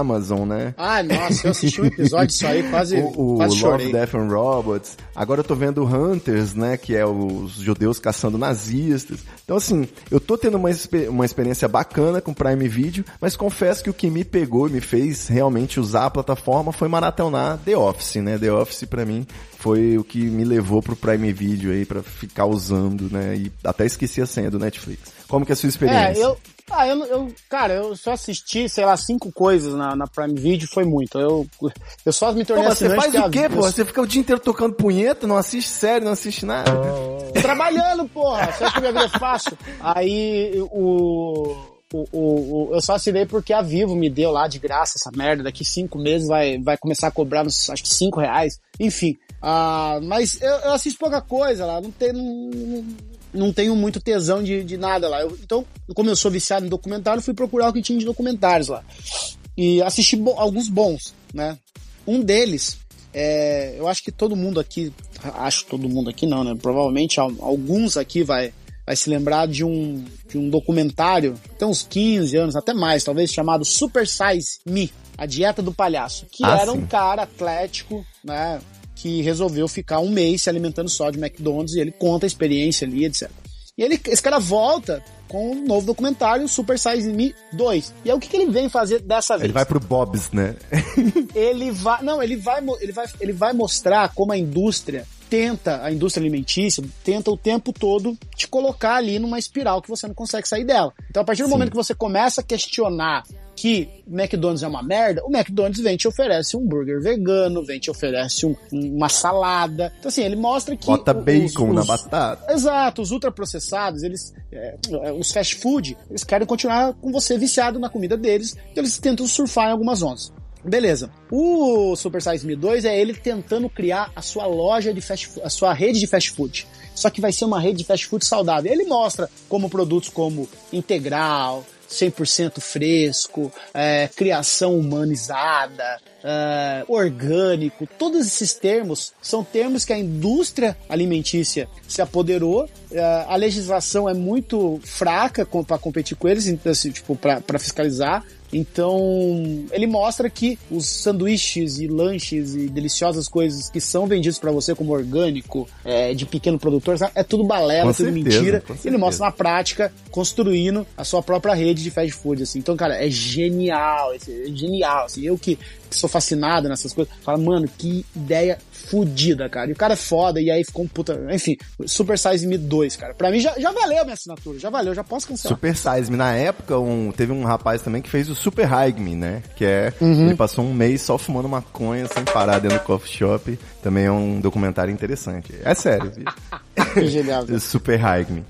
Amazon, né? Ah, nossa, eu assisti um episódio disso aí, quase, o o quase Love, chorei. Death and Robots. Agora eu tô vendo Hunters, né? Que é os judeus caçando nazistas. Então, assim, eu tô tendo uma, uma experiência bacana com o Prime Video, mas confesso que o que me pegou e me fez realmente usar a plataforma foi maratonar The Office, né? The Office, pra mim, foi o que me levou pro Prime Video aí pra ficar usando, né? E até esqueci a senha do Netflix. Como que é a sua experiência? É, eu... Ah, eu, eu, cara, eu só assisti, sei lá, cinco coisas na, na Prime Video, foi muito. Eu, eu só me tornei pô, mas você assinante. faz o quê, a... pô? Você fica o dia inteiro tocando punheta, não assiste série, não assiste nada. Trabalhando, porra! Você acha que minha vida é fácil? Aí, o... O, o, o, eu só assinei porque a Vivo me deu lá de graça essa merda. Daqui cinco meses vai, vai começar a cobrar, uns, acho que cinco reais. Enfim. Ah, mas eu, eu assisto pouca coisa lá. Não tem... Não, não tenho muito tesão de, de nada lá. Eu, então, como eu sou viciado em documentário, fui procurar o que tinha de documentários lá. E assisti bo- alguns bons, né? Um deles, é, eu acho que todo mundo aqui, acho todo mundo aqui não, né? Provavelmente alguns aqui vai, vai se lembrar de um, de um documentário, tem uns quinze anos, até mais, talvez, chamado Super Size Me, a dieta do palhaço, que ah, era sim. um cara atlético, né? Que resolveu ficar um mês se alimentando só de McDonald's, e ele conta a experiência ali, etcétera. E ele, esse cara volta com um novo documentário, Super Size Me dois. E é o que, que ele vem fazer dessa vez? Ele vai pro Bob's, né? ele vai, não, ele vai, ele vai, ele vai mostrar como a indústria tenta, a indústria alimentícia, tenta o tempo todo te colocar ali numa espiral que você não consegue sair dela. Então, a partir do Sim. momento que você começa a questionar que McDonald's é uma merda, o McDonald's vem e te oferece um burger vegano, vem e te oferece um, uma salada. Então, assim, ele mostra que... Bota os, bacon os, na batata. Exato, os ultraprocessados, eles, é, os fast food, eles querem continuar com você viciado na comida deles, então eles tentam surfar em algumas ondas. Beleza. O Super Size Me dois é ele tentando criar a sua loja de fast food, a sua rede de fast food. Só que vai ser uma rede de fast food saudável. Ele mostra como produtos como integral, cem por cento fresco, é, criação humanizada, é, orgânico, todos esses termos são termos que a indústria alimentícia se apoderou. É, a legislação é muito fraca para competir com eles, então, assim, tipo, para fiscalizar. Então, ele mostra que os sanduíches e lanches e deliciosas coisas que são vendidos para você como orgânico, é, de pequeno produtor, é tudo balela, com tudo certeza, mentira. com Ele mostra na prática, construindo a sua própria rede de fast food, assim. Então, cara, é genial, é genial, assim. Eu que sou fascinado nessas coisas, falo, mano, que ideia fodida, cara. E o cara é foda, e aí ficou um puta... Enfim, Super Size Me dois, cara. Pra mim já, já valeu a minha assinatura, já valeu, já posso cancelar. Super Size Me, na época, um, teve um rapaz também que fez o Super High Me, né? Que é... Uhum. Ele passou um mês só fumando maconha, sem parar dentro do coffee shop. Também é um documentário interessante. É sério, viu? Que genial. Super High Me.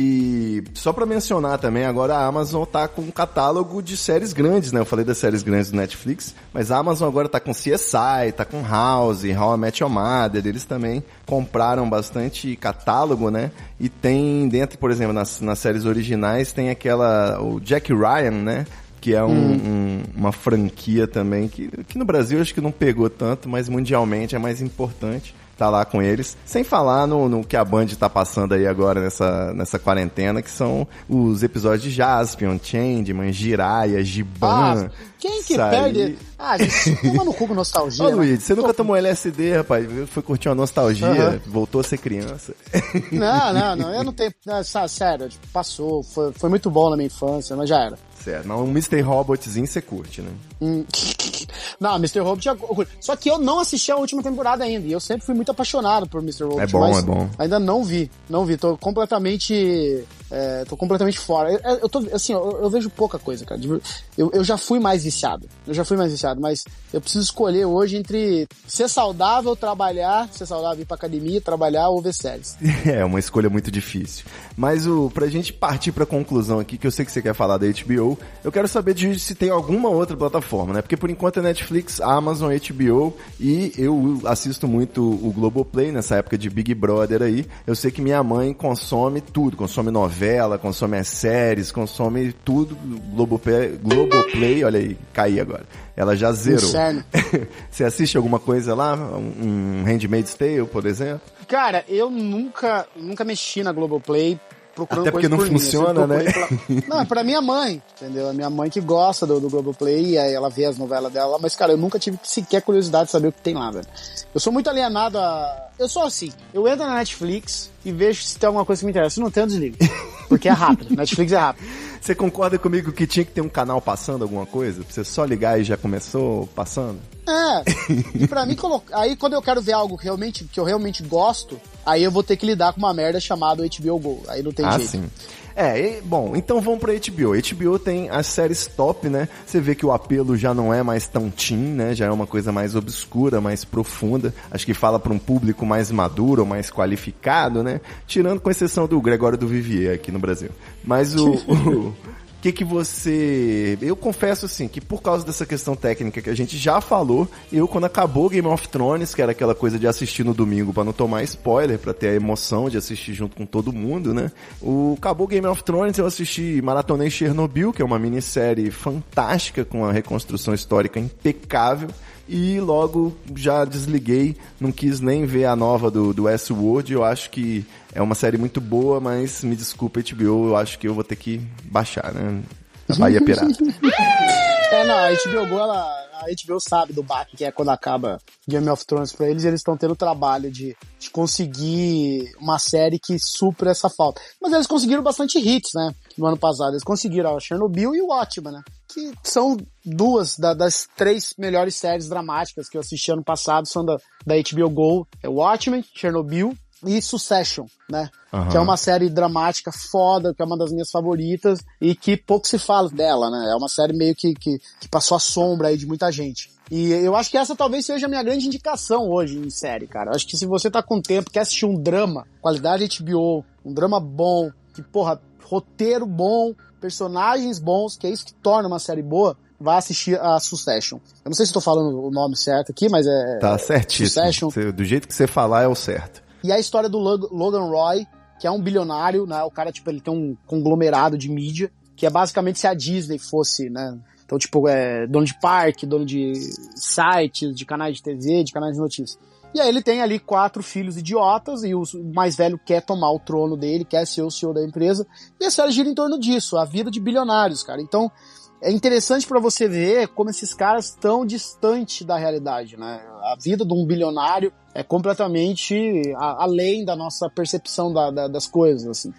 E só pra mencionar também, agora a Amazon tá com um catálogo de séries grandes, né? Eu falei das séries grandes do Netflix, mas a Amazon agora tá com C S I, tá com House, How I Met Your Mother. Eles também compraram bastante catálogo, né? E tem dentro, por exemplo, nas, nas séries originais, tem aquela, o Jack Ryan, né? Que é um, hum. um, uma franquia também, que, que no Brasil acho que não pegou tanto, mas mundialmente é mais importante. Tá lá com eles, sem falar no, no que a Band tá passando aí agora nessa, nessa quarentena, que são os episódios de Jaspion, Changeman, Jiraiya, Giban. Ah, quem que Saí... perde? Ah, gente, toma no cu com nostalgia. Ô, Luiz, você nunca tomou L S D, rapaz? Foi curtir uma nostalgia, uhum. Voltou a ser criança. Não, não, não, eu não tenho... Não, sério, tipo, passou, foi, foi muito bom na minha infância, mas já era. Certo, mas um mister Robotzinho você curte, né? Hum. Não, mister Robot já... Só que eu não assisti a última temporada ainda, e eu sempre fui muito apaixonado por mister Robot. É bom, mas é bom. Ainda não vi, não vi, tô completamente... É, tô completamente fora. Eu, eu tô, assim, eu, eu vejo pouca coisa, cara. Eu, eu já fui mais viciado. Eu já fui mais viciado, mas eu preciso escolher hoje entre ser saudável, trabalhar, ser saudável, ir pra academia, trabalhar ou ver séries. É, uma escolha muito difícil. Mas o, pra gente partir pra conclusão aqui, que eu sei que você quer falar da H B O, eu quero saber de se tem alguma outra plataforma, né? Porque por enquanto é Netflix, Amazon, H B O, e eu assisto muito o Globoplay nessa época de Big Brother aí. Eu sei que minha mãe consome tudo, consome novela, Novela, consome as séries, consome tudo. Globoplay, Globoplay, olha aí, caí agora. Ela já zerou. Você assiste alguma coisa lá? Um Handmaid's Tale, por exemplo? Cara, eu nunca, nunca mexi na Globoplay procurando Até porque coisa não por mim. funciona, Eu né? procurei Pra... Não, é pra minha mãe, entendeu? A minha mãe que gosta do, do Globoplay, e aí ela vê as novelas dela, mas, cara, eu nunca tive sequer curiosidade de saber o que tem lá, velho. Eu sou muito alienado a... Eu sou assim, eu entro na Netflix e vejo se tem alguma coisa que me interessa. Se não tem, eu desligo. Porque é rápido, Netflix é rápido. Você concorda comigo que tinha que ter um canal passando alguma coisa? Pra você só ligar e já começou passando? É, e pra mim, colo... aí quando eu quero ver algo realmente, que eu realmente gosto, aí eu vou ter que lidar com uma merda chamada H B O Go. Aí não tem ah, jeito. Sim. É, e, bom, então vamos pra H B O. H B O tem as séries top, né? Você vê que o apelo já não é mais tão teen, né? Já é uma coisa mais obscura, mais profunda. Acho que fala pra um público mais maduro, mais qualificado, né? Tirando com exceção do Gregório do Vivier aqui no Brasil. Mas o... o... O que que você... Eu confesso, assim, que por causa dessa questão técnica que a gente já falou, eu, quando acabou Game of Thrones, que era aquela coisa de assistir no domingo pra não tomar spoiler, pra ter a emoção de assistir junto com todo mundo, né? O... Acabou Game of Thrones, eu assisti Maratonei Chernobyl, que é uma minissérie fantástica, com uma reconstrução histórica impecável. E logo já desliguei, não quis nem ver a nova do, do Westworld. Eu acho que é uma série muito boa, mas me desculpa, H B O, eu acho que eu vou ter que baixar, né? A Bahia Pirata. É, não, a H B O Go, ela, a H B O sabe do baque que é quando acaba Game of Thrones pra eles, e eles estão tendo o trabalho de, de conseguir uma série que supra essa falta. Mas eles conseguiram bastante hits, né? No ano passado, eles conseguiram a Chernobyl e o Watchmen, né? Que são duas da, das três melhores séries dramáticas que eu assisti ano passado, são da, da H B O Go, é Watchmen, Chernobyl e Succession, né? Uhum. Que é uma série dramática foda, que é uma das minhas favoritas e que pouco se fala dela, né? É uma série meio que, que, que passou a sombra aí de muita gente. E eu acho que essa talvez seja a minha grande indicação hoje em série, cara. Eu acho que se você tá com tempo, quer assistir um drama, qualidade H B O, um drama bom, que, porra, roteiro bom, personagens bons, que é isso que torna uma série boa, vai assistir a Succession. Eu não sei se estou falando o nome certo aqui, mas é... Tá certíssimo. Succession. Do jeito que você falar é o certo. E a história do Logan Roy, que é um bilionário, né? O cara, tipo, ele tem um conglomerado de mídia, que é basicamente se a Disney fosse, né? Então, tipo, é dono de parque, dono de sites, de canais de T V, de canais de notícias. E aí ele tem ali quatro filhos idiotas e o mais velho quer tomar o trono dele, quer ser o C E O da empresa. E a série gira em torno disso, a vida de bilionários, cara. Então, é interessante pra você ver como esses caras estão distantes da realidade, né? A vida de um bilionário é completamente a, além da nossa percepção da, da, das coisas, assim.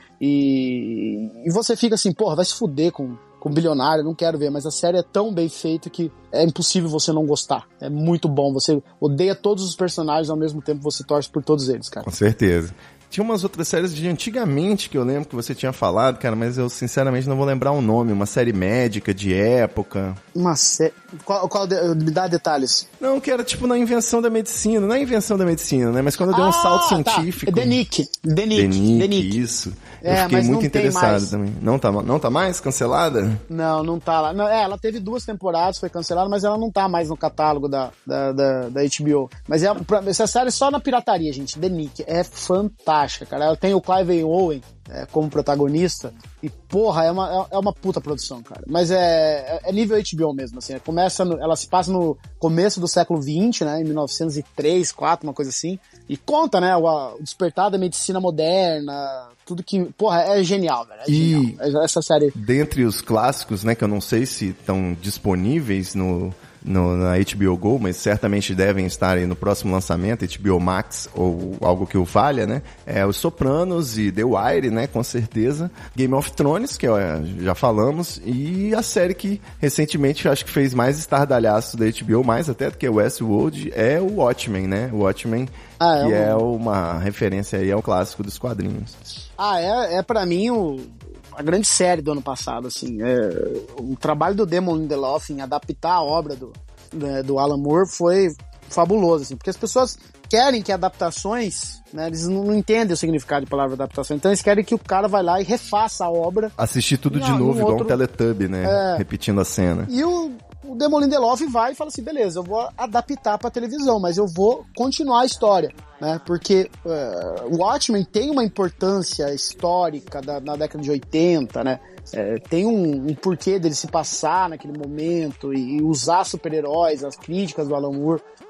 E, e você fica assim, porra, vai se fuder com... com bilionário, não quero ver, mas a série é tão bem feita que é impossível você não gostar. É muito bom, você odeia todos os personagens, ao mesmo tempo você torce por todos eles, cara. Com certeza. Tinha umas outras séries de antigamente que eu lembro que você tinha falado, cara, mas eu sinceramente não vou lembrar o nome. Uma série médica, de época. Uma série... Qual, qual de... Me dá detalhes. Não, que era tipo na invenção da medicina. Não é invenção da medicina, né? Mas quando deu ah, um salto tá. científico... Denick. Denick. Denick, Denick. isso. É, eu fiquei mas muito não interessado também. Não tá, não tá mais cancelada? Não, não tá lá. Não, é, ela teve duas temporadas, foi cancelada, mas ela não tá mais no catálogo da, da, da, da H B O. Mas é, essa série é só na pirataria, gente. Denick. É fantástica, cara. Ela tem o Clive Owen é, como protagonista e, porra, é uma, é uma puta produção, cara. Mas é, é nível H B O mesmo, assim. Começa no, ela se passa no começo do século vinte, né? Em mil novecentos e três, quatro, uma coisa assim. E conta, né? O, o despertar da medicina moderna, tudo que... Porra, é genial, velho. É e genial. Essa série... Dentre os clássicos, né? Que eu não sei se estão disponíveis no... No, na H B O Go, mas certamente devem estar aí no próximo lançamento, H B O Max ou algo que o valha, né? É Os Sopranos e The Wire, né? Com certeza. Game of Thrones, que é, já falamos, e a série que recentemente acho que fez mais estardalhaço da H B O, mais até do que o Westworld, é o Watchmen, né? O Watchmen, ah, que é, um... é uma referência aí ao clássico dos quadrinhos. Ah, é, é pra mim o... a grande série do ano passado, assim, é, o trabalho do Damon Lindelof em adaptar a obra do, né, do Alan Moore foi fabuloso, assim, porque as pessoas querem que adaptações, né, eles não entendem o significado de palavra adaptação, então eles querem que o cara vai lá e refaça a obra. Assistir tudo de novo, igual outro... um Teletubby, né, é... repetindo a cena. E o O Damon Lindelof vai e fala assim, beleza, eu vou adaptar pra televisão, mas eu vou continuar a história, né? Porque o uh, Watchmen tem uma importância histórica da, na década de oitenta, né? É, tem um, um porquê dele se passar naquele momento e, e usar super-heróis, as críticas do Alan Moore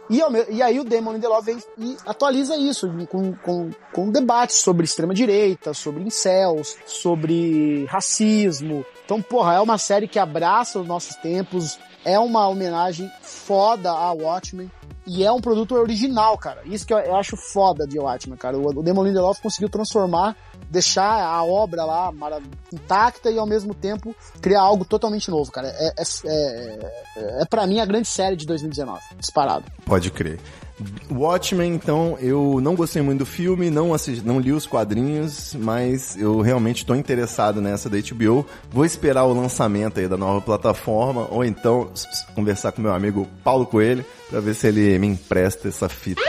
E, ao me- e aí o Damon Lindelof vem e atualiza isso com, com, com debates sobre extrema-direita, sobre incels, sobre racismo. Então, porra, é uma série que abraça os nossos tempos, é uma homenagem foda a Watchmen e é um produto original, cara. Isso que eu, eu acho foda de Watchmen, cara. O, o Damon Lindelof conseguiu transformar, deixar a obra lá mara- intacta e ao mesmo tempo criar algo totalmente novo, cara. É, é, é, é pra mim a grande série de dois mil e dezenove, disparado. Pode crer. Watchmen, então, eu não gostei muito do filme, não, assisti, não li os quadrinhos, mas eu realmente estou interessado nessa da H B O. Vou esperar o lançamento aí da nova plataforma, ou então s- s- conversar com meu amigo Paulo Coelho, pra ver se ele me empresta essa fita.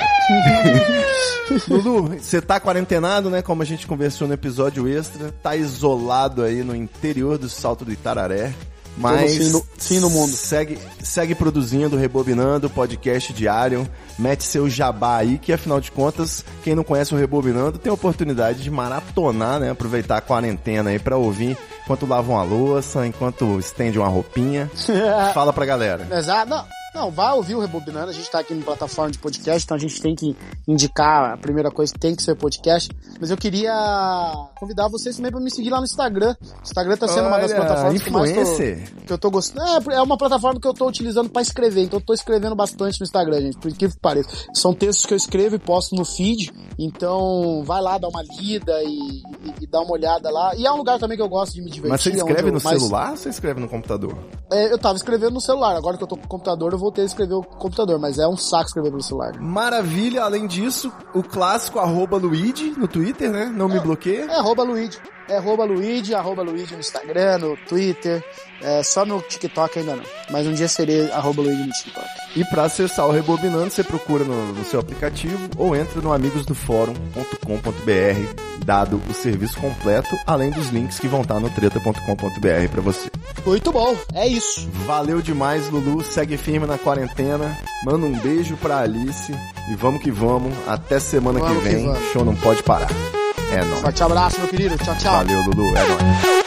Lulu, você tá quarentenado, né? Como a gente conversou no episódio extra, tá isolado aí no interior do Salto do Itararé. Mas fim do- fim do mundo. Segue, segue produzindo, rebobinando, podcast diário, mete seu jabá aí, que afinal de contas, quem não conhece o Rebobinando tem a oportunidade de maratonar, né? Aproveitar a quarentena aí pra ouvir enquanto lavam a louça, enquanto estende uma roupinha. Fala pra galera. Exato. Não, não, vai ouvir o Rebobinando. A gente tá aqui em plataforma de podcast, então a gente tem que indicar. A primeira coisa tem que ser podcast. Mas eu queria convidar vocês também pra me seguir lá no Instagram. O Instagram tá sendo uma das Olha, plataformas que mais tô, influencer. que eu tô gostando. É, é uma plataforma que eu tô utilizando pra escrever. Então eu tô escrevendo bastante no Instagram, gente. Por incrível que pareça. São textos que eu escrevo e posto no feed. Então vai lá, dá uma lida e, e, e dá uma olhada lá. E é um lugar também que eu gosto de me divertir. Mas você é onde escreve eu no mais- celular ou você escreve no computador? É, eu tava escrevendo no celular. Agora que eu tô com o computador, eu voltei a escrever o computador. Mas é um saco escrever pelo celular. Maravilha, além disso, o clássico arroba Luigi no Twitter, né? Não me bloqueia. É arroba Luigi. É arroba Luigi, arroba Luigi no Instagram, no Twitter. É, só no TikTok ainda não. Mas um dia serei arroba Luigi no TikTok. E pra acessar o Rebobinando, você procura no, no seu aplicativo ou entra no amigos do fórum ponto com ponto b r, dado o serviço completo, além dos links que vão estar no treta ponto com ponto b r pra você. Muito bom, é isso. Valeu demais, Lulu. Segue firme na quarentena. Manda um beijo pra Alice. E vamos que vamos. Até semana Vamos que que vem. vamos. Show não pode parar. É nóis. Forte abraço, meu querido. Tchau, tchau. Valeu, Lulu. É nóis.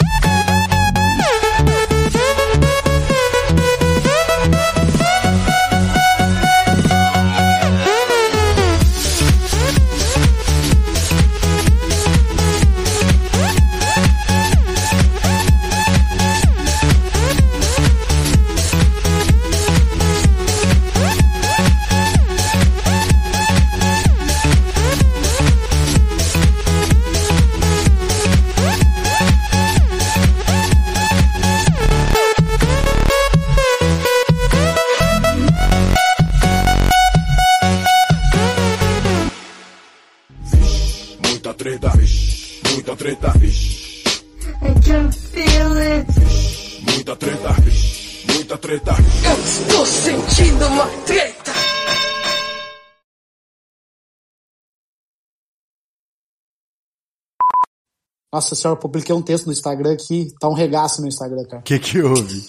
Muita treta, vixe, muita treta, vixe, I can feel it. muita treta, vixe, muita treta. Eu estou sentindo uma treta. Nossa senhora, eu publiquei um texto no Instagram aqui. Tá um regaço no Instagram, cara. O que que houve?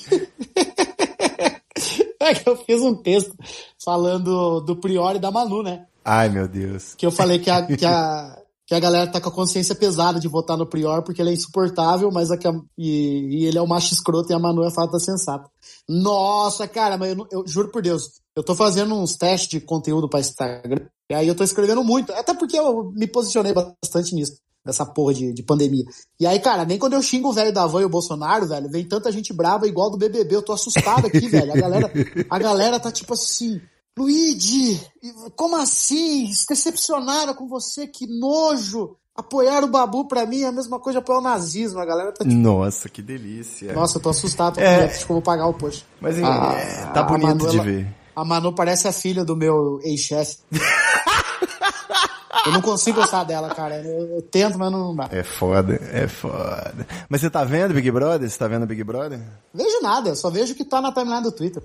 É que eu fiz um texto falando do Prior e da Manu, né? Ai, meu Deus. Que eu falei que a, que a, que a galera tá com a consciência pesada de votar no Prior porque ele é insuportável, mas a, que a- e, e ele é o macho escroto e a Manu é a fada sensata. Nossa, cara, mas eu, não- eu juro por Deus, eu tô fazendo uns testes de conteúdo pra Instagram, e aí eu tô escrevendo muito, até porque eu me posicionei bastante nisso, nessa porra de, de pandemia. E aí, cara, nem quando eu xingo o velho da van e o Bolsonaro, velho, vem tanta gente brava igual do B B B, eu tô assustado aqui, velho. A galera, a galera tá tipo assim, Luigi, como assim? Decepcionaram com você, que nojo! Apoiar o Babu pra mim é a mesma coisa de apoiar o nazismo, a galera tá tipo, Nossa, que delícia. nossa, eu tô assustado, tô É. com medo, acho que eu vou pagar o post. Mas hein, Ah, é, tá a bonito Manu, de ela- ver. A Manu parece a filha do meu ex-chefe. Eu não consigo gostar dela, cara. Eu, eu tento, mas não dá. É foda, é foda. Mas você tá vendo Big Brother? Você tá vendo Big Brother? Vejo nada, eu só vejo o que tá na timeline do Twitter.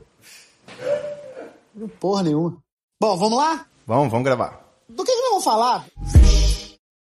Não porra nenhuma. Bom, vamos lá? Vamos, vamos gravar. Do que, que nós vamos falar?